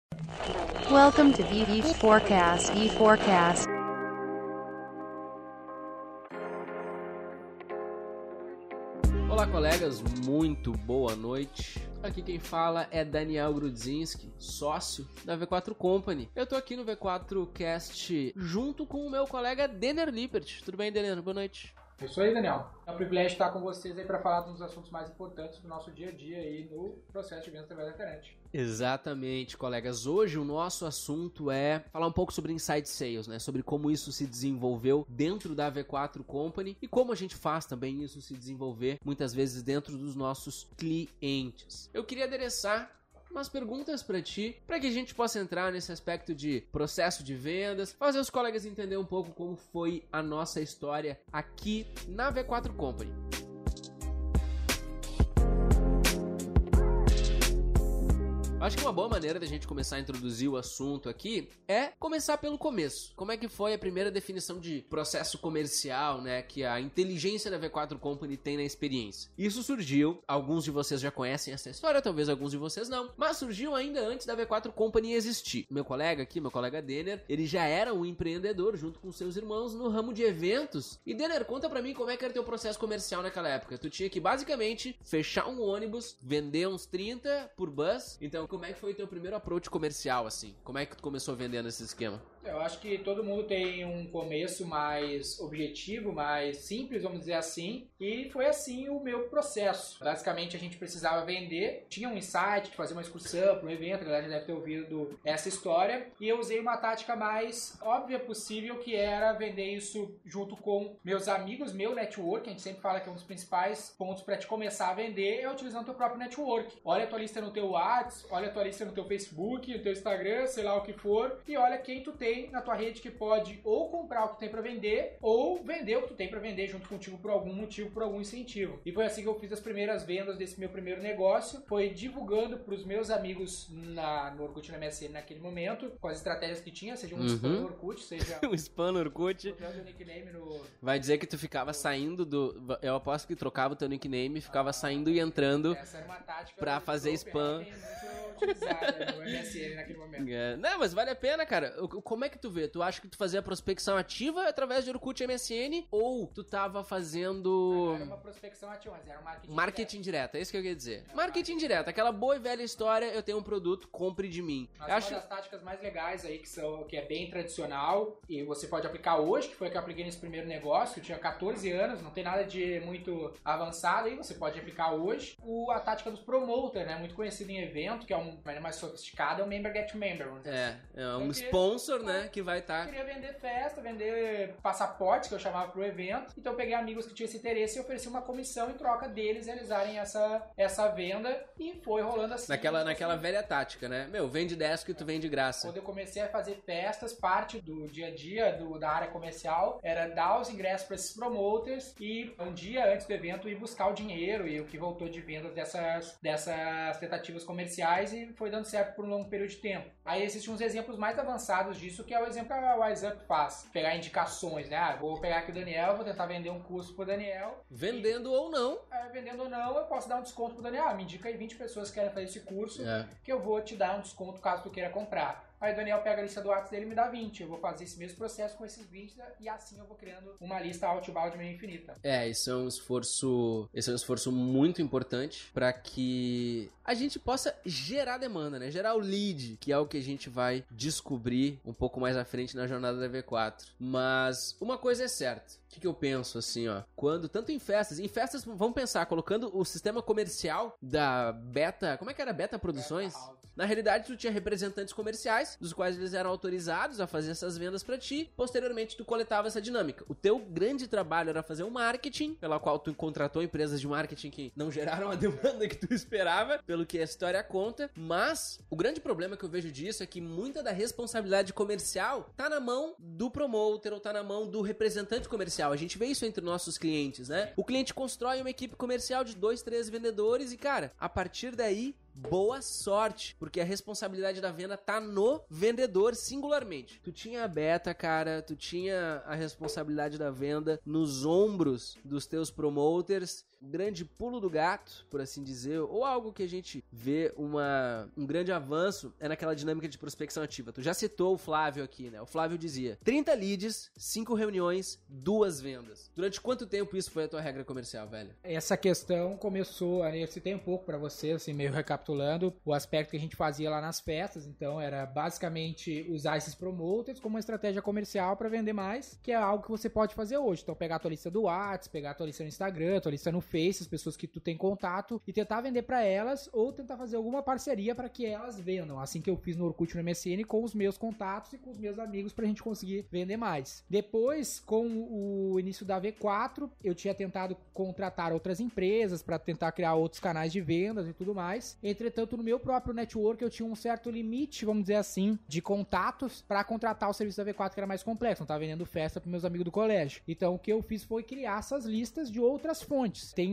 Welcome to VV Forecast. V Forecast. Olá, colegas, muito boa noite. Aqui quem fala é Daniel Grudzinski, sócio da V4 Company. Eu tô aqui no V4 Cast junto com o meu colega Denner Lippert. Tudo bem, Denner? Boa noite. É isso aí, Daniel. É um privilégio estar com vocês aí para falar dos assuntos mais importantes do nosso dia a dia aí no processo de vendas através da internet. Exatamente, colegas. Hoje o nosso assunto é falar um pouco sobre Inside Sales, né? Sobre como isso se desenvolveu dentro da V4 Company e como a gente faz também isso se desenvolver muitas vezes dentro dos nossos clientes. Eu queria adereçar umas perguntas pra ti, pra que a gente possa entrar nesse aspecto de processo de vendas, fazer os colegas entender um pouco como foi a nossa história aqui na V4 Company. Acho que uma boa maneira da gente começar a introduzir o assunto aqui é começar pelo começo. Como é que foi a primeira definição de processo comercial, né, que a inteligência da V4 Company tem na experiência? Isso surgiu, alguns de vocês já conhecem essa história, talvez alguns de vocês não, mas surgiu ainda antes da V4 Company existir. Meu colega aqui, meu colega Denner, ele já era um empreendedor junto com seus irmãos no ramo de eventos. E Denner, conta pra mim como é que era teu processo comercial naquela época. Tu tinha que basicamente fechar um ônibus, vender uns 30 por bus. Então, como é que foi o teu primeiro approach comercial, assim? Como é que tu começou vendendo esse esquema? Eu acho que todo mundo tem um começo mais objetivo, mais simples, vamos dizer assim, e foi assim o meu processo. Basicamente, a gente precisava vender, tinha um insight de fazer uma excursão para um evento, a galera já deve ter ouvido essa história, e eu usei uma tática mais óbvia possível, que era vender isso junto com meus amigos, meu network. A gente sempre fala que é um dos principais pontos para te começar a vender é utilizando o teu próprio network. Olha a tua lista no teu WhatsApp, olha a tua lista no teu Facebook, no teu Instagram, sei lá o que for, e olha quem tu tem na tua rede que pode ou comprar o que tu tem para vender ou vender o que tu tem para vender junto contigo por algum motivo, por algum incentivo. E foi assim que eu fiz as primeiras vendas desse meu primeiro negócio, foi divulgando para os meus amigos no Orkut, na MSN naquele momento, com as estratégias que tinha, seja um spam no Orkut, seja um spam no Orkut. Vai dizer que tu ficava saindo do... Eu aposto que trocava o teu nickname, ficava saindo e entrando. Essa era uma tática pra fazer spam. Muito utilizada no MSN naquele momento. Não, mas vale a pena, cara. Como é que tu vê? Tu acha que tu fazia prospecção ativa através de Orkut MSN ou tu tava fazendo... Não era uma prospecção ativa, mas era um marketing direto, é isso que eu queria dizer. Marketing direto, aquela boa e velha história, eu tenho um produto, compre de mim. Mas uma das táticas mais legais aí, que é bem tradicional e você pode aplicar hoje, que foi a que eu apliquei nesse primeiro negócio, eu tinha 14 anos, não tem nada de muito avançado aí, você pode aplicar hoje. A tática dos promoters, né, muito conhecido em evento, que é uma maneira mais sofisticada, é o member get member. É um sponsor, né, que vai estar... Eu queria vender festa, vender passaportes, que eu chamava pro evento, então eu peguei amigos que tinham esse interesse e ofereci uma comissão em troca deles realizarem essa venda e foi rolando assim. Naquela velha tática, né? Meu, vende 10 que tu vende de graça. Quando eu comecei a fazer festas, parte do dia a dia da área comercial era dar os ingressos para esses promoters e um dia antes do evento ir buscar o dinheiro e o que voltou de vendas dessas tentativas comerciais e foi dando certo por um longo período de tempo. Aí existem uns exemplos mais avançados disso, que é o exemplo que a WiseUp faz. Pegar indicações, né? Vou pegar aqui o Daniel, vou tentar vender um curso pro Daniel. Vendendo ou não. Vendendo ou não, eu posso dar um desconto pro Daniel. Me indica aí 20 pessoas que querem fazer esse curso, que eu vou te dar um desconto caso tu queira comprar. Aí o Daniel pega a lista do WhatsApp dele e me dá 20. Eu vou fazer esse mesmo processo com esses 20 e assim eu vou criando uma lista outbound meio infinita. Esse é um esforço muito importante para que a gente possa gerar demanda, né? Gerar o lead, que é o que a gente vai descobrir um pouco mais à frente na jornada da V4. Mas uma coisa é certa. O que eu penso assim, ó? Quando, tanto em festas, vamos pensar, colocando o sistema comercial da Beta, como é que era? Beta Produções? Na realidade, tu tinha representantes comerciais, dos quais eles eram autorizados a fazer essas vendas pra ti. Posteriormente, tu coletava essa dinâmica. O teu grande trabalho era fazer um marketing, pela qual tu contratou empresas de marketing que não geraram a demanda que tu esperava, pelo que a história conta. Mas o grande problema que eu vejo disso é que muita da responsabilidade comercial tá na mão do promoter ou tá na mão do representante comercial. A gente vê isso entre nossos clientes, né? O cliente constrói uma equipe comercial de 2, 3 vendedores e, cara, a partir daí, boa sorte, porque a responsabilidade da venda tá no vendedor singularmente. Tu tinha a beta, cara, tu tinha a responsabilidade da venda nos ombros dos teus promoters grande pulo do gato, por assim dizer, ou algo que a gente vê um grande avanço é naquela dinâmica de prospecção ativa. Tu já citou o Flávio aqui, né? O Flávio dizia 30 leads, 5 reuniões, 2 vendas. Durante quanto tempo isso foi a tua regra comercial, velho? Essa questão começou, eu citei um pouco pra você, assim, meio recapitulando, o aspecto que a gente fazia lá nas festas. Então era basicamente usar esses promoters como uma estratégia comercial pra vender mais, que é algo que você pode fazer hoje. Então pegar a tua lista do WhatsApp, pegar a tua lista no Instagram, a tua lista no Face, as pessoas que tu tem contato e tentar vender pra elas ou tentar fazer alguma parceria pra que elas vendam, assim que eu fiz no Orkut e no MSN com os meus contatos e com os meus amigos pra gente conseguir vender mais. Depois, com o início da V4, eu tinha tentado contratar outras empresas pra tentar criar outros canais de vendas e tudo mais. Entretanto, no meu próprio network eu tinha um certo limite, vamos dizer assim, de contatos pra contratar o serviço da V4 que era mais complexo. Não tava vendendo festa pros meus amigos do colégio. Então, o que eu fiz foi criar essas listas de outras fontes. Tem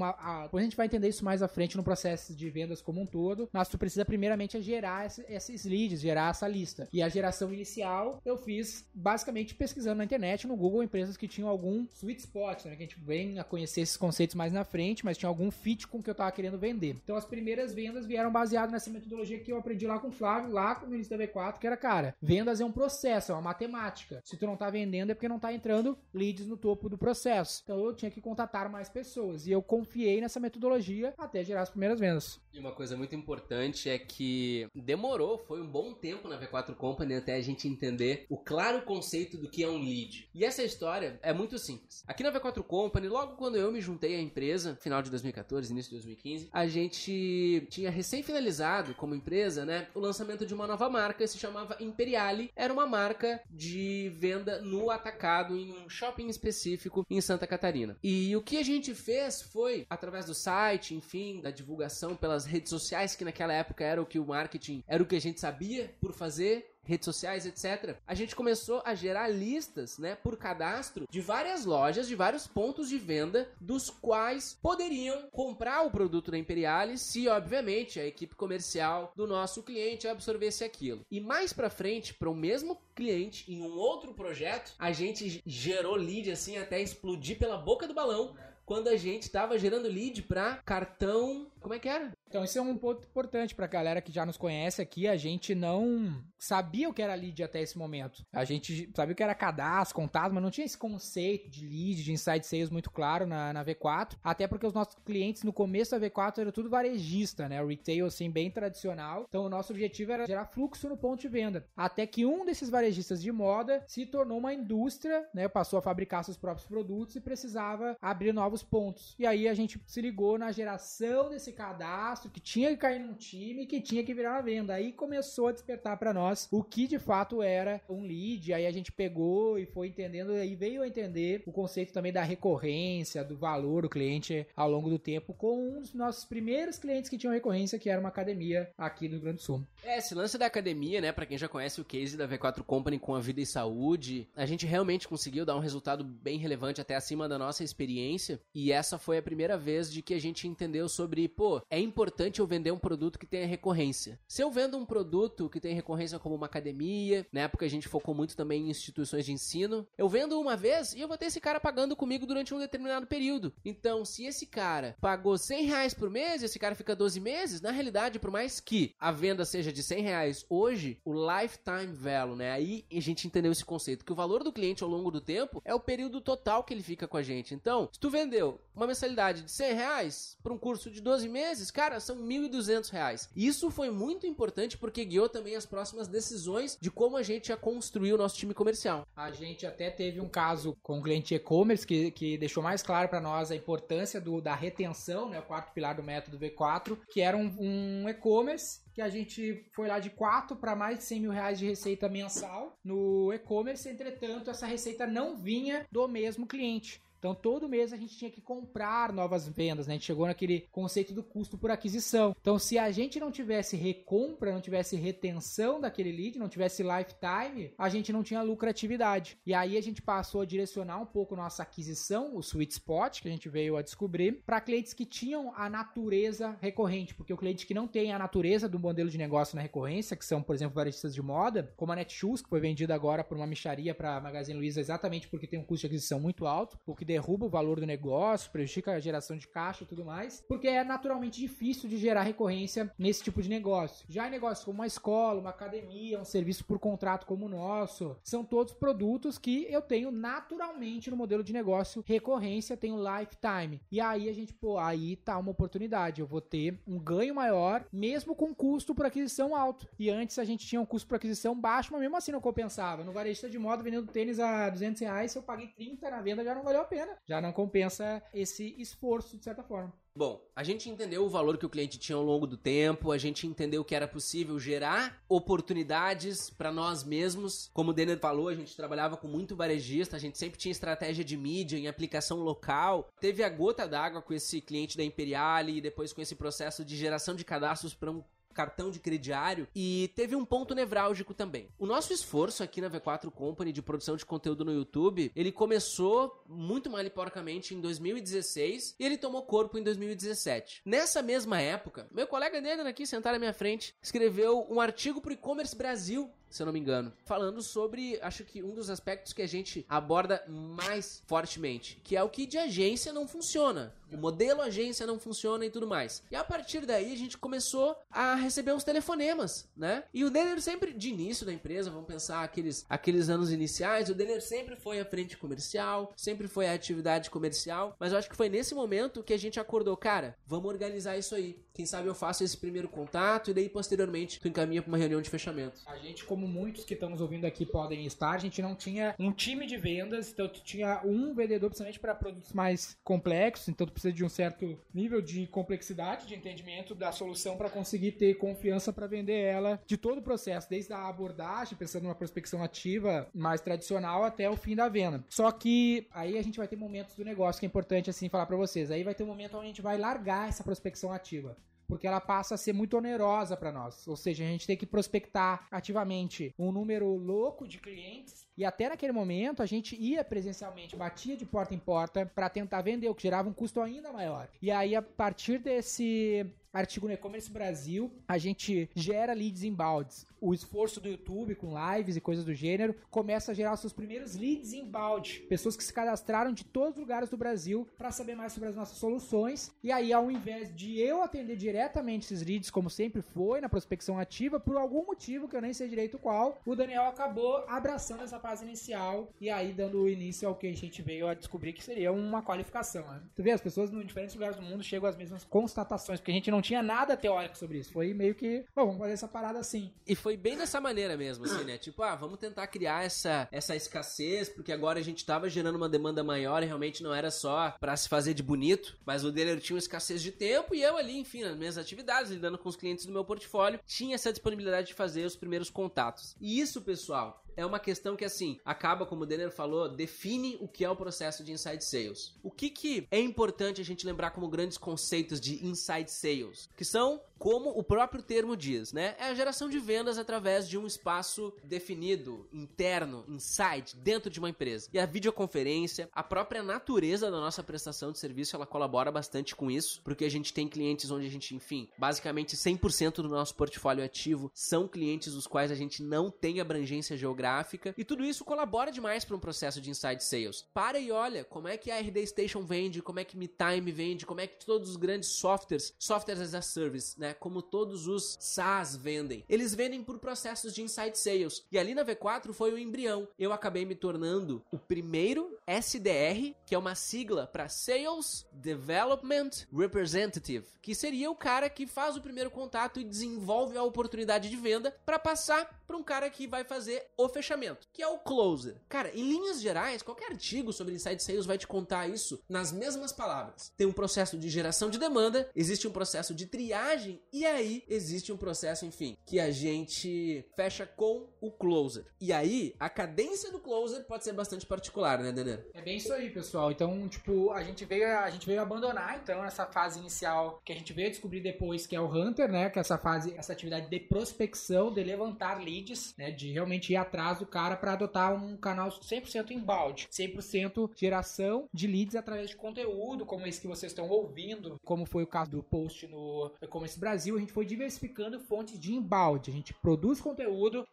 a gente vai entender isso mais à frente no processo de vendas como um todo, mas tu precisa primeiramente gerar esses leads, gerar essa lista. E a geração inicial eu fiz basicamente pesquisando na internet, no Google, empresas que tinham algum sweet spot, né, que a gente vem a conhecer esses conceitos mais na frente, mas tinha algum fit com o que eu tava querendo vender. Então as primeiras vendas vieram baseadas nessa metodologia que eu aprendi lá com o Flávio, lá no início da V4, que era, cara, vendas é um processo, é uma matemática. Se tu não tá vendendo é porque não tá entrando leads no topo do processo. Então eu tinha que contatar mais pessoas e eu confiei nessa metodologia até gerar as primeiras vendas. E uma coisa muito importante é que demorou, foi um bom tempo na V4 Company até a gente entender o claro conceito do que é um lead. E essa história é muito simples. Aqui na V4 Company, logo quando eu me juntei à empresa, final de 2014, início de 2015, a gente tinha recém-finalizado como empresa, né, o lançamento de uma nova marca, se chamava Imperiale. Era uma marca de venda no atacado em um shopping específico em Santa Catarina. E o que a gente fez foi, através do site, enfim, da divulgação pelas redes sociais, que naquela época era o que o marketing, era o que a gente sabia por fazer, redes sociais, etc. A gente começou a gerar listas, né, por cadastro de várias lojas, de vários pontos de venda, dos quais poderiam comprar o produto da Imperiale se, obviamente, a equipe comercial do nosso cliente absorvesse aquilo. E mais pra frente, para o mesmo cliente, em um outro projeto, a gente gerou lead assim até explodir pela boca do balão, quando a gente tava gerando lead pra cartão... Como é que era? Então, isso é um ponto importante pra galera que já nos conhece aqui. A gente não sabia o que era lead até esse momento. A gente sabia o que era cadastro, contato, mas não tinha esse conceito de lead, de inside sales muito claro na V4. Até porque os nossos clientes no começo da V4 era tudo varejista, né? O retail, assim, bem tradicional. Então, o nosso objetivo era gerar fluxo no ponto de venda. Até que um desses varejistas de moda se tornou uma indústria, né? Passou a fabricar seus próprios produtos e precisava abrir novos pontos. E aí a gente se ligou na geração desse cadastro, que tinha que cair num time, que tinha que virar uma venda. Aí começou a despertar para nós o que de fato era um lead. Aí a gente pegou e foi entendendo, e veio a entender o conceito também da recorrência, do valor do cliente ao longo do tempo, com um dos nossos primeiros clientes que tinham recorrência, que era uma academia aqui do Rio Grande do Sul. Esse lance da academia, né, pra quem já conhece o case da V4 Company com a Vida e Saúde, a gente realmente conseguiu dar um resultado bem relevante, até acima da nossa experiência, e essa foi a primeira vez de que a gente entendeu sobre, é importante eu vender um produto que tenha recorrência. Se eu vendo um produto que tem recorrência como uma academia, na época a gente focou muito também em instituições de ensino, eu vendo uma vez e eu vou ter esse cara pagando comigo durante um determinado período. Então, se esse cara pagou R$100 por mês e esse cara fica 12 meses, na realidade, por mais que a venda seja de R$100 hoje, o lifetime value, né? Aí a gente entendeu esse conceito, que o valor do cliente ao longo do tempo é o período total que ele fica com a gente. Então, se tu vendeu uma mensalidade de R$100 para um curso de 12 meses, cara, são R$1.200. Isso foi muito importante porque guiou também as próximas decisões de como a gente ia construir o nosso time comercial. A gente até teve um caso com um cliente e-commerce que deixou mais claro para nós a importância da retenção, né, o quarto pilar do método V4, que era um e-commerce que a gente foi lá de 4 para mais de R$100 mil de receita mensal no e-commerce. Entretanto, essa receita não vinha do mesmo cliente. Então, todo mês a gente tinha que comprar novas vendas, né? A gente chegou naquele conceito do custo por aquisição. Então, se a gente não tivesse recompra, não tivesse retenção daquele lead, não tivesse lifetime, a gente não tinha lucratividade. E aí a gente passou a direcionar um pouco nossa aquisição, o sweet spot, que a gente veio a descobrir, para clientes que tinham a natureza recorrente. Porque o cliente que não tem a natureza do modelo de negócio na recorrência, que são, por exemplo, varejistas de moda, como a Netshoes, que foi vendida agora por uma mixaria para a Magazine Luiza exatamente porque tem um custo de aquisição muito alto, o que derruba o valor do negócio, prejudica a geração de caixa e tudo mais, porque é naturalmente difícil de gerar recorrência nesse tipo de negócio. Já em negócios como uma escola, uma academia, um serviço por contrato como o nosso, são todos produtos que eu tenho naturalmente no modelo de negócio recorrência, tenho lifetime. E aí a gente, aí tá uma oportunidade, eu vou ter um ganho maior, mesmo com custo por aquisição alto. E antes a gente tinha um custo por aquisição baixo, mas mesmo assim não compensava. No varejista de moda, vendendo tênis a R$200, se eu paguei 30 na venda, já não valeu a pena. Já não compensa esse esforço, de certa forma. Bom, a gente entendeu o valor que o cliente tinha ao longo do tempo, a gente entendeu que era possível gerar oportunidades para nós mesmos. Como o Denner falou, a gente trabalhava com muito varejista, a gente sempre tinha estratégia de mídia em aplicação local. Teve a gota d'água com esse cliente da Imperiale e depois com esse processo de geração de cadastros para um cartão de crediário, e teve um ponto nevrálgico também. O nosso esforço aqui na V4 Company de produção de conteúdo no YouTube, ele começou muito mal e porcamente em 2016 e ele tomou corpo em 2017. Nessa mesma época, meu colega Denner aqui sentado à minha frente escreveu um artigo pro E-Commerce Brasil, se eu não me engano, falando sobre, acho que um dos aspectos que a gente aborda mais fortemente, que é o que de agência não funciona. O modelo agência não funciona e tudo mais. E a partir daí a gente começou a receber uns telefonemas, né? E o Denner sempre, de início da empresa, vamos pensar aqueles anos iniciais, o Denner sempre foi à frente comercial, sempre foi à atividade comercial, mas eu acho que foi nesse momento que a gente acordou, cara, vamos organizar isso aí. Quem sabe eu faço esse primeiro contato e daí posteriormente tu encaminha para uma reunião de fechamento. A gente, como muitos que estamos ouvindo aqui podem estar, a gente não tinha um time de vendas, então tu tinha um vendedor principalmente para produtos mais complexos, então tu precisa de um certo nível de complexidade, de entendimento da solução para conseguir ter confiança para vender ela de todo o processo, desde a abordagem, pensando numa prospecção ativa mais tradicional até o fim da venda. Só que aí a gente vai ter momentos do negócio que é importante assim falar para vocês. Aí vai ter um momento onde a gente vai largar essa prospecção ativa, porque ela passa a ser muito onerosa para nós. Ou seja, a gente tem que prospectar ativamente um número louco de clientes e até naquele momento a gente ia presencialmente, batia de porta em porta para tentar vender, o que gerava um custo ainda maior. E aí, a partir desse artigo no E-Commerce Brasil, a gente gera leads inbounds. O esforço do YouTube com lives e coisas do gênero começa a gerar os seus primeiros leads inbound. Pessoas que se cadastraram de todos os lugares do Brasil para saber mais sobre as nossas soluções. E aí, ao invés de eu atender diretamente esses leads, como sempre foi na prospecção ativa, por algum motivo que eu nem sei direito qual, o Daniel acabou abraçando essa fase inicial e aí dando início ao que a gente veio a descobrir que seria uma qualificação, né? Tu vê, as pessoas em diferentes lugares do mundo chegam às mesmas constatações, porque a gente não tinha nada teórico sobre isso. Foi meio que, bom, vamos fazer essa parada assim. E foi bem dessa maneira mesmo, assim, né? Tipo, vamos tentar criar essa escassez, porque agora a gente tava gerando uma demanda maior e realmente não era só pra se fazer de bonito, mas o dealer tinha uma escassez de tempo e eu ali, enfim, nas minhas atividades, lidando com os clientes do meu portfólio, tinha essa disponibilidade de fazer os primeiros contatos. E isso, pessoal, é uma questão que, assim, acaba, como o Denner falou, define o que é o processo de inside sales. O que é importante a gente lembrar como grandes conceitos de inside sales? Que são, como o próprio termo diz, né? É a geração de vendas através de um espaço definido, interno, inside, dentro de uma empresa. E a videoconferência, a própria natureza da nossa prestação de serviço, ela colabora bastante com isso, porque a gente tem clientes onde a gente, enfim, basicamente 100% do nosso portfólio ativo são clientes dos quais a gente não tem abrangência geográfica, e tudo isso colabora demais para um processo de inside sales. Para e olha como é que a RD Station vende, como é que MeTime vende, como é que todos os grandes softwares as a service, né, como todos os SaaS vendem. Eles vendem por processos de inside sales. E ali na V4 foi o embrião. Eu acabei me tornando o primeiro SDR, que é uma sigla para Sales Development Representative, que seria o cara que faz o primeiro contato e desenvolve a oportunidade de venda para passar para um cara que vai fazer o fechamento, que é o closer. Cara, em linhas gerais, qualquer artigo sobre inside sales vai te contar isso nas mesmas palavras. Tem um processo de geração de demanda, existe um processo de triagem e aí existe um processo, enfim, que a gente fecha com o closer. E aí, a cadência do closer pode ser bastante particular, né, Denner? É bem isso aí, pessoal. Então, tipo, a gente veio abandonar, então, essa fase inicial que a gente veio descobrir depois, que é o Hunter, né, que é essa atividade de prospecção, de levantar leads, né, de realmente ir atrás do cara para adotar um canal 100% inbound, 100% geração de leads através de conteúdo, como esse que vocês estão ouvindo, como foi o caso do post no E-Commerce Brasil. A gente foi diversificando fontes de inbound, a gente produz conteúdo e espera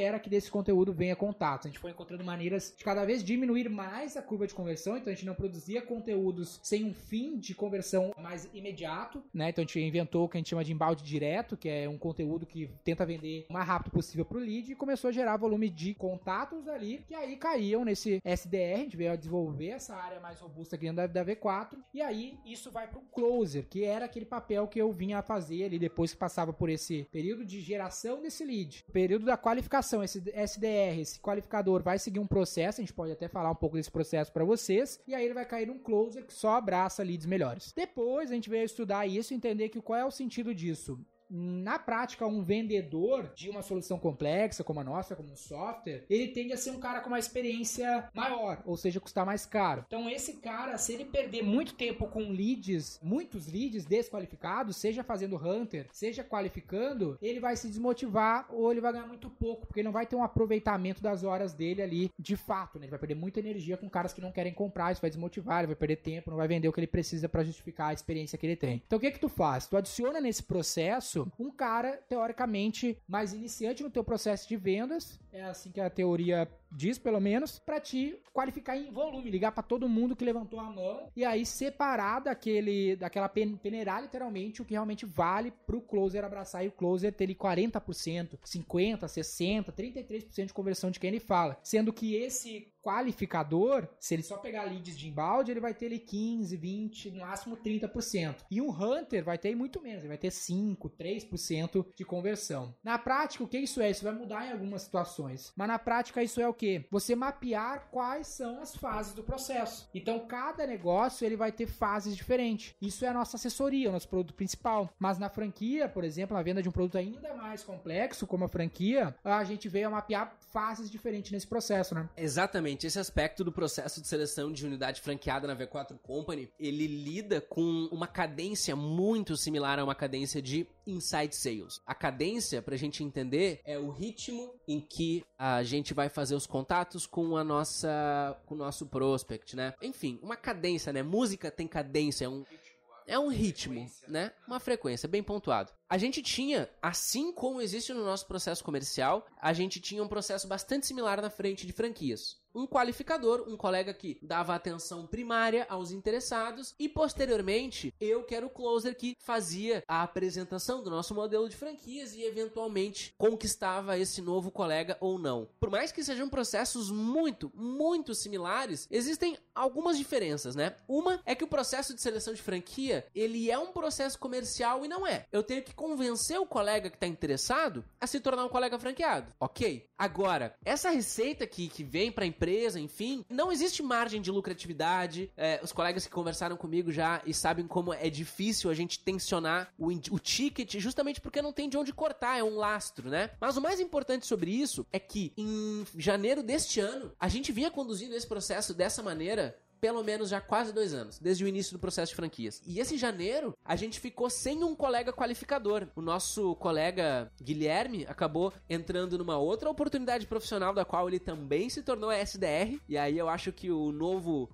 espera que desse conteúdo venha contatos. A gente foi encontrando maneiras de cada vez diminuir mais a curva de conversão, então a gente não produzia conteúdos sem um fim de conversão mais imediato, né? Então a gente inventou o que a gente chama de embalde direto, que é um conteúdo que tenta vender o mais rápido possível pro lead, e começou a gerar volume de contatos ali, que aí caíam nesse SDR. A gente veio a desenvolver essa área mais robusta aqui dentro da V4, e aí isso vai pro closer, que era aquele papel que eu vinha a fazer ali depois que passava por esse período de geração desse lead, período da qualificação. Esse SDR, esse qualificador, vai seguir um processo, a gente pode até falar um pouco desse processo para vocês, e aí ele vai cair num closer que só abraça leads melhores. Depois a gente veio estudar isso e entender que qual é o sentido disso. Na prática, um vendedor de uma solução complexa, como a nossa, como um software, ele tende a ser um cara com uma experiência maior, ou seja, custar mais caro. Então, esse cara, se ele perder muito tempo com leads, muitos leads desqualificados, seja fazendo hunter, seja qualificando, ele vai se desmotivar ou ele vai ganhar muito pouco, porque ele não vai ter um aproveitamento das horas dele ali, de fato, né? Ele vai perder muita energia com caras que não querem comprar, isso vai desmotivar, ele vai perder tempo, não vai vender o que ele precisa para justificar a experiência que ele tem. Então, o que tu faz? Tu adiciona nesse processo um cara, teoricamente, mais iniciante no teu processo de vendas, é assim que a teoria diz, pelo menos, para te qualificar em volume, ligar para todo mundo que levantou a mão e aí separar daquela peneirar literalmente o que realmente vale pro closer abraçar, e o closer ter ali 40%, 50%, 60%, 33% de conversão de quem ele fala, sendo que esse qualificador, se ele só pegar leads de inbound, ele vai ter ali 15, 20, no máximo 30%. E um hunter vai ter muito menos, ele vai ter 5, 3% de conversão. Na prática, o que isso é? Isso vai mudar em algumas situações. Mas na prática, isso é o quê? Você mapear quais são as fases do processo. Então, cada negócio, ele vai ter fases diferentes. Isso é a nossa assessoria, o nosso produto principal. Mas na franquia, por exemplo, na venda de um produto ainda mais complexo, como a franquia, a gente veio a mapear fases diferentes nesse processo, né? Exatamente. Esse aspecto do processo de seleção de unidade franqueada na V4 Company, ele lida com uma cadência muito similar a uma cadência de inside sales. A cadência, pra gente entender, é o ritmo em que a gente vai fazer os contatos com o nosso prospect, né? Enfim, uma cadência, né? Música tem cadência, é um ritmo, né? Uma frequência, bem pontuado. A gente tinha, assim como existe no nosso processo comercial, a gente tinha um processo bastante similar na frente de franquias. Um qualificador, um colega que dava atenção primária aos interessados, e posteriormente eu, que era o closer, que fazia a apresentação do nosso modelo de franquias e eventualmente conquistava esse novo colega ou não. Por mais que sejam processos muito, muito similares, existem algumas diferenças, né? Uma é que o processo de seleção de franquia, ele é um processo comercial e não é. Eu tenho que convencer o colega que está interessado a se tornar um colega franqueado, ok? Agora, essa receita que vem para a empresa, enfim, não existe margem de lucratividade. Os colegas que conversaram comigo já e sabem como é difícil a gente tensionar o ticket, justamente porque não tem de onde cortar, é um lastro, né? Mas o mais importante sobre isso é que em janeiro deste ano, a gente vinha conduzindo esse processo dessa maneira pelo menos já quase 2 anos, desde o início do processo de franquias. E esse janeiro, a gente ficou sem um colega qualificador. O nosso colega Guilherme acabou entrando numa outra oportunidade profissional, da qual ele também se tornou SDR, e aí eu acho que o novo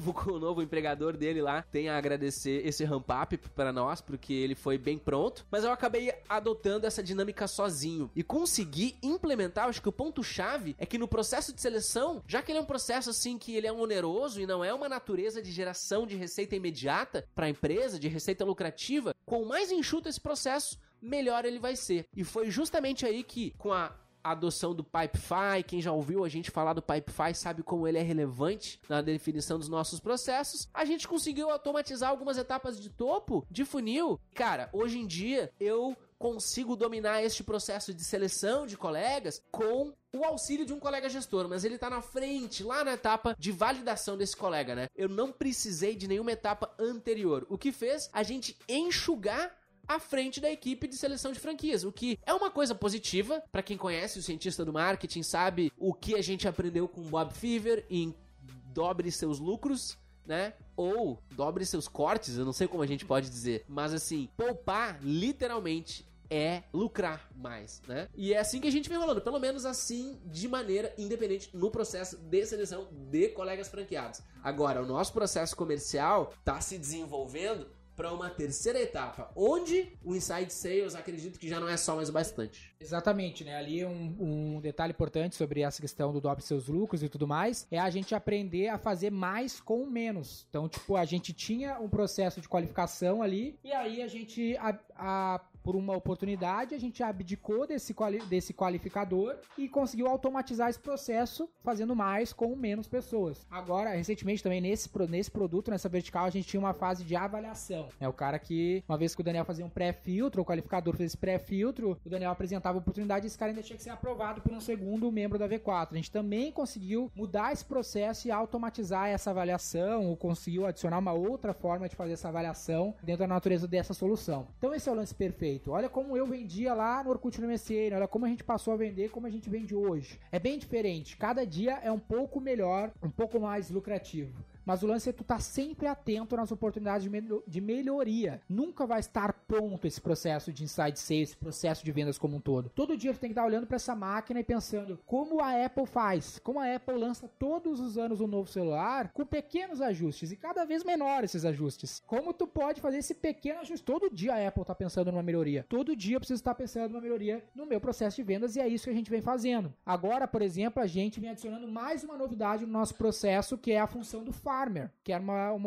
empregador dele lá tem a agradecer esse ramp-up para nós, porque ele foi bem pronto, mas eu acabei adotando essa dinâmica sozinho, e consegui implementar. Acho que o ponto-chave é que no processo de seleção, já que ele é um processo assim que ele é oneroso e não é uma natureza de geração de receita imediata para a empresa, de receita lucrativa, quanto mais enxuto esse processo, melhor ele vai ser. E foi justamente aí que, com a adoção do Pipefy, quem já ouviu a gente falar do Pipefy sabe como ele é relevante na definição dos nossos processos, a gente conseguiu automatizar algumas etapas de topo, de funil. Cara, hoje em dia eu consigo dominar este processo de seleção de colegas com o auxílio de um colega gestor, mas ele tá na frente, lá na etapa de validação desse colega, né? Eu não precisei de nenhuma etapa anterior, o que fez a gente enxugar à frente da equipe de seleção de franquias, o que é uma coisa positiva. Para quem conhece o cientista do marketing, sabe o que a gente aprendeu com Bob Fever em dobre seus lucros, né? Ou dobre seus cortes, eu não sei como a gente pode dizer, mas assim, poupar literalmente é lucrar mais, né? E é assim que a gente vem rolando, pelo menos assim, de maneira independente no processo de seleção de colegas franqueados. Agora, o nosso processo comercial tá se desenvolvendo para uma terceira etapa, onde o Inside Sales, acredito que já não é só mais o bastante. Exatamente, né? Ali um detalhe importante sobre essa questão do dobre seus lucros e tudo mais, é a gente aprender a fazer mais com menos. Então, tipo, a gente tinha um processo de qualificação ali, e aí a gente, por uma oportunidade, a gente abdicou desse qualificador e conseguiu automatizar esse processo, fazendo mais com menos pessoas. Agora, recentemente também nesse produto, nessa vertical, a gente tinha uma fase de avaliação. É o cara que, uma vez que o Daniel fazia um pré-filtro, o qualificador fez esse pré-filtro, o Daniel apresentava a oportunidade e esse cara ainda tinha que ser aprovado por um segundo membro da V4. A gente também conseguiu mudar esse processo e automatizar essa avaliação, ou conseguiu adicionar uma outra forma de fazer essa avaliação dentro da natureza dessa solução. Então esse é o lance perfeito. Olha como eu vendia lá no Orkut no MSN, olha como a gente passou a vender, como a gente vende hoje. É bem diferente, cada dia é um pouco melhor, um pouco mais lucrativo. Mas o lance é tu tá sempre atento nas oportunidades de melhoria. Nunca vai estar pronto esse processo de inside sales, esse processo de vendas como um todo. Todo dia tu tem que estar olhando para essa máquina e pensando como a Apple faz. Como a Apple lança todos os anos um novo celular com pequenos ajustes e cada vez menores esses ajustes. Como tu pode fazer esse pequeno ajuste? Todo dia a Apple tá pensando numa melhoria. Todo dia eu preciso estar pensando numa melhoria no meu processo de vendas e é isso que a gente vem fazendo. Agora, por exemplo, a gente vem adicionando mais uma novidade no nosso processo, que é a função do Farmer, que era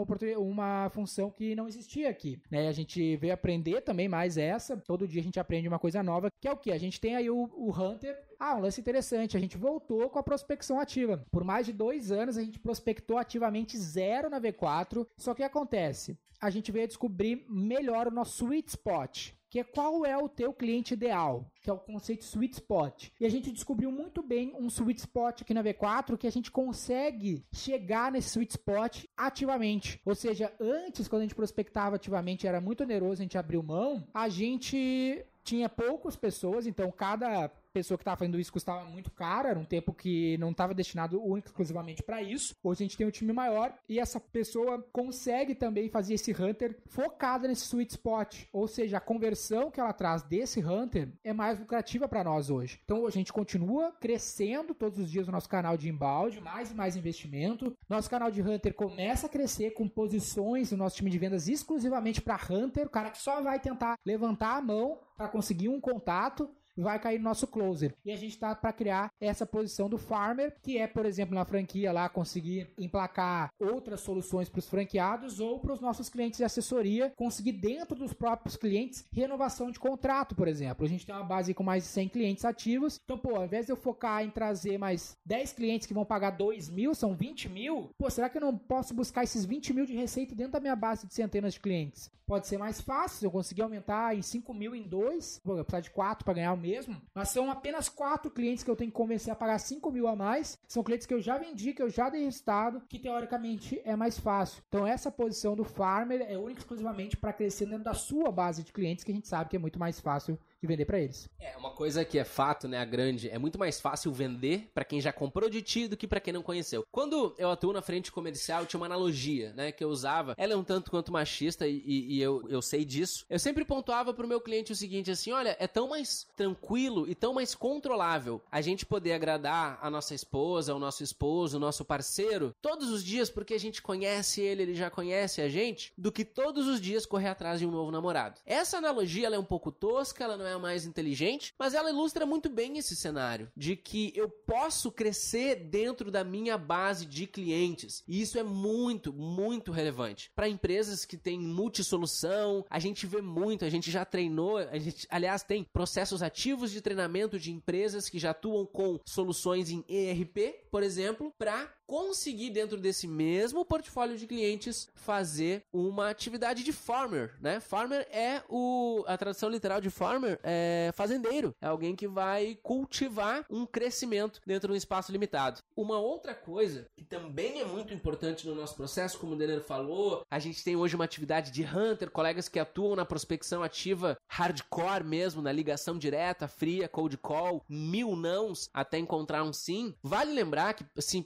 uma função que não existia aqui, né? A gente veio aprender também mais essa, todo dia a gente aprende uma coisa nova, que é o que? A gente tem aí o Hunter. Um lance interessante, a gente voltou com a prospecção ativa. Por mais de 2 anos a gente prospectou ativamente 0 na V4, só que acontece? A gente veio descobrir melhor o nosso sweet spot, que é qual é o teu cliente ideal, que é o conceito sweet spot. E a gente descobriu muito bem um sweet spot aqui na V4, que a gente consegue chegar nesse sweet spot ativamente. Ou seja, antes, quando a gente prospectava ativamente, era muito oneroso, a gente abriu mão, a gente tinha poucas pessoas, então cada pessoa que estava fazendo isso custava muito caro, era um tempo que não estava destinado único exclusivamente para isso. Hoje a gente tem um time maior e essa pessoa consegue também fazer esse Hunter focada nesse sweet spot, ou seja, a conversão que ela traz desse Hunter é mais lucrativa para nós hoje. Então a gente continua crescendo todos os dias o nosso canal de inbound, mais e mais investimento. Nosso canal de Hunter começa a crescer com posições do nosso time de vendas exclusivamente para Hunter, o cara que só vai tentar levantar a mão para conseguir um contato, vai cair no nosso closer. E a gente está para criar essa posição do farmer, que é, por exemplo, na franquia lá, conseguir emplacar outras soluções para os franqueados ou para os nossos clientes de assessoria, conseguir dentro dos próprios clientes renovação de contrato, por exemplo. A gente tem uma base com mais de 100 clientes ativos. Então, ao invés de eu focar em trazer mais 10 clientes que vão pagar 2 mil, são 20 mil, será que eu não posso buscar esses 20 mil de receita dentro da minha base de centenas de clientes? Pode ser mais fácil, se eu conseguir aumentar em 5 mil em 2, eu precisar de 4 para ganhar o mesmo, mas são apenas 4 clientes que eu tenho que convencer a pagar 5 mil a mais, são clientes que eu já vendi, que eu já dei resultado, que teoricamente é mais fácil. Então essa posição do farmer é única e exclusivamente para crescer dentro da sua base de clientes, que a gente sabe que é muito mais fácil de vender para eles. Uma coisa que é fato, né, a grande, é muito mais fácil vender para quem já comprou de ti do que para quem não conheceu. Quando eu atuo na frente comercial, tinha uma analogia, né, que eu usava, ela é um tanto quanto machista e eu sei disso. Eu sempre pontuava pro meu cliente o seguinte, assim, olha, é tão mais tranquilo e tão mais controlável a gente poder agradar a nossa esposa, o nosso esposo, o nosso parceiro, todos os dias, porque a gente conhece ele já conhece a gente, do que todos os dias correr atrás de um novo namorado. Essa analogia, ela é um pouco tosca, ela não é a mais inteligente, mas ela ilustra muito bem esse cenário, de que eu posso crescer dentro da minha base de clientes, e isso é muito, muito relevante. Para empresas que têm multissolução, a gente vê muito, a gente já treinou, a gente, aliás, tem processos ativos de treinamento de empresas que já atuam com soluções em ERP, por exemplo, para conseguir dentro desse mesmo portfólio de clientes fazer uma atividade de farmer, né? Farmer é a tradução literal de farmer é fazendeiro, é alguém que vai cultivar um crescimento dentro de um espaço limitado. Uma outra coisa que também é muito importante no nosso processo, como o Denner falou, a gente tem hoje uma atividade de hunter, colegas que atuam na prospecção ativa hardcore mesmo, na ligação direta, fria, cold call, 1000 nãos até encontrar um sim. Vale lembrar que, assim, pessoal, né?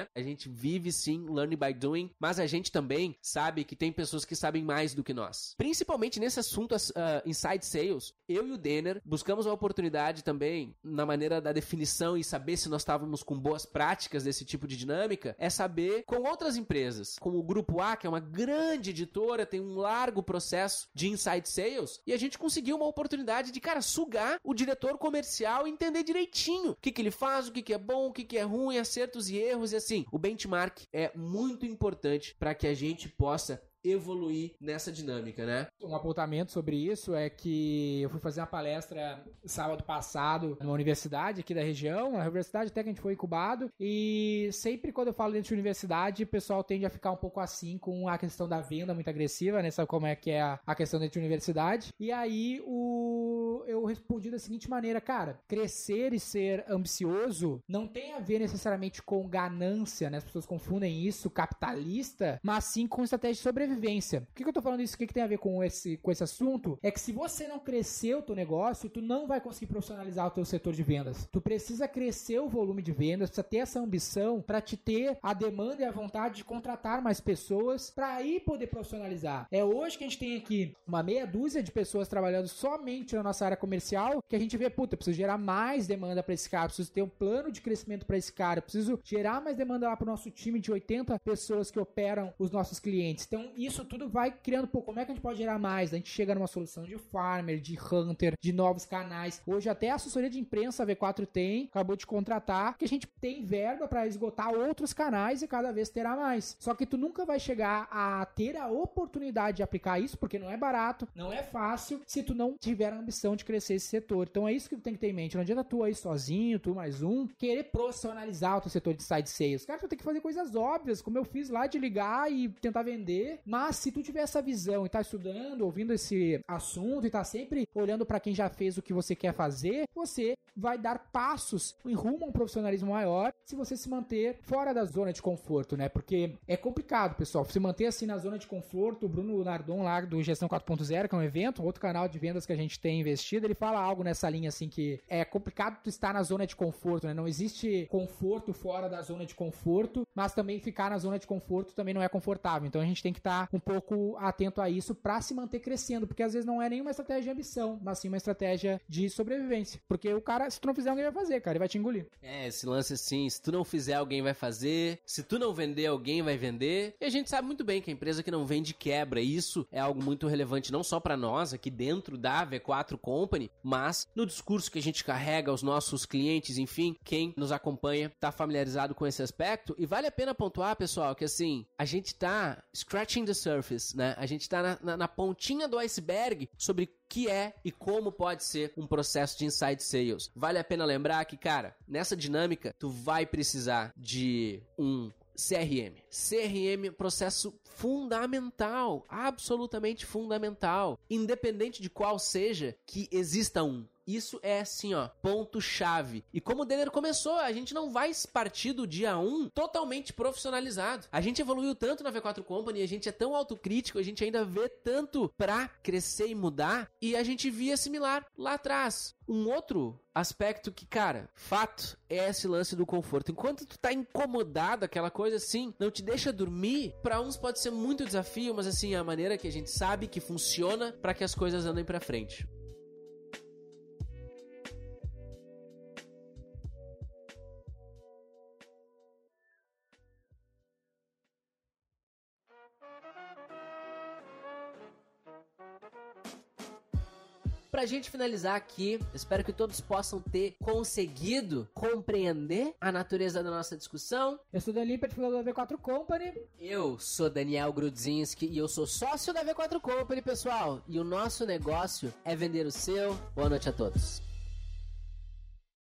né? A gente vive sim learning by doing, mas a gente também sabe que tem pessoas que sabem mais do que nós. Principalmente nesse assunto inside sales, eu e o Denner buscamos a oportunidade também, na maneira da definição e saber se nós estávamos com boas práticas desse tipo de dinâmica, é saber com outras empresas, como o Grupo A, que é uma grande editora, tem um largo processo de inside sales, e a gente conseguiu uma oportunidade de, cara, sugar o diretor comercial e entender direitinho o que ele faz, o que é bom, o que é ruim, acertos e erros, e assim, o benchmark é muito importante para que a gente possa evoluir nessa dinâmica, né? Um apontamento sobre isso é que eu fui fazer uma palestra sábado passado numa universidade aqui da região, uma universidade até que a gente foi incubado, e sempre quando eu falo dentro de universidade, o pessoal tende a ficar um pouco assim com a questão da venda muito agressiva, né? Sabe como é que é a questão dentro de universidade? E aí eu respondi da seguinte maneira, cara, crescer e ser ambicioso não tem a ver necessariamente com ganância, né? As pessoas confundem isso, capitalista, mas sim com estratégia de sobrevivência. Por que eu tô falando isso? O que tem a ver com esse assunto? É que se você não crescer o teu negócio, tu não vai conseguir profissionalizar o teu setor de vendas. Tu precisa crescer o volume de vendas, precisa ter essa ambição para te ter a demanda e a vontade de contratar mais pessoas para aí poder profissionalizar. É hoje que a gente tem aqui uma meia dúzia de pessoas trabalhando somente na nossa área comercial, que a gente vê, puta, eu preciso gerar mais demanda para esse cara, eu preciso ter um plano de crescimento para esse cara, eu preciso gerar mais demanda lá pro nosso time de 80 pessoas que operam os nossos clientes. Então, isso tudo vai criando, pô, como é que a gente pode gerar mais? A gente chega numa solução de farmer, de hunter, de novos canais. Hoje até a assessoria de imprensa a V4 acabou de contratar, que a gente tem verba para esgotar outros canais e cada vez terá mais. Só que tu nunca vai chegar a ter a oportunidade de aplicar isso, porque não é barato, não é fácil, se tu não tiver a ambição de crescer esse setor. Então é isso que tu tem que ter em mente. Não adianta tu aí sozinho, tu mais um, querer profissionalizar o teu setor de side sales. Cara, tu tem que fazer coisas óbvias, como eu fiz lá de ligar e tentar vender. Mas se tu tiver essa visão e tá estudando, ouvindo esse assunto e tá sempre olhando para quem já fez o que você quer fazer, você vai dar passos em rumo a um profissionalismo maior se você se manter fora da zona de conforto, né? Porque é complicado, pessoal. Se manter assim na zona de conforto, o Bruno Nardon lá do Gestão 4.0, que é um evento, outro canal de vendas que a gente tem investido, ele fala algo nessa linha assim que é complicado tu estar na zona de conforto, né? Não existe conforto fora da zona de conforto, mas também ficar na zona de conforto também não é confortável. Então a gente tem que estar um pouco atento a isso para se manter crescendo, porque às vezes não é nenhuma estratégia de ambição, mas sim uma estratégia de sobrevivência. Porque o cara, se tu não fizer, alguém vai fazer, cara, ele vai te engolir. É, esse lance assim, se tu não fizer, alguém vai fazer, se tu não vender, alguém vai vender, e a gente sabe muito bem que a empresa que não vende quebra, e isso é algo muito relevante não só para nós aqui dentro da V4 Company, mas no discurso que a gente carrega aos nossos clientes, enfim, quem nos acompanha tá familiarizado com esse aspecto, e vale a pena pontuar, pessoal, que assim, a gente tá scratching the surface, né? A gente tá na pontinha do iceberg sobre que é e como pode ser um processo de inside sales. Vale a pena lembrar que, cara, nessa dinâmica, tu vai precisar de um CRM. CRM é um processo fundamental, absolutamente fundamental, independente de qual seja, que exista um. Isso é assim, ó, ponto-chave. E como o Denner começou, a gente não vai partir do dia 1 totalmente profissionalizado. A gente evoluiu tanto na V4 Company, a gente é tão autocrítico, a gente ainda vê tanto pra crescer e mudar, e a gente via similar lá atrás. Um outro aspecto que, cara, fato, é esse lance do conforto. Enquanto tu tá incomodado, aquela coisa assim, não te deixa dormir, pra uns pode ser muito desafio, mas assim, é a maneira que a gente sabe que funciona pra que as coisas andem pra frente. Pra gente finalizar aqui, espero que todos possam ter conseguido compreender a natureza da nossa discussão. Eu sou Daniel Lippert, fundador da V4 Company. Eu sou Daniel Grudzinski e eu sou sócio da V4 Company, pessoal. E o nosso negócio é vender o seu. Boa noite a todos.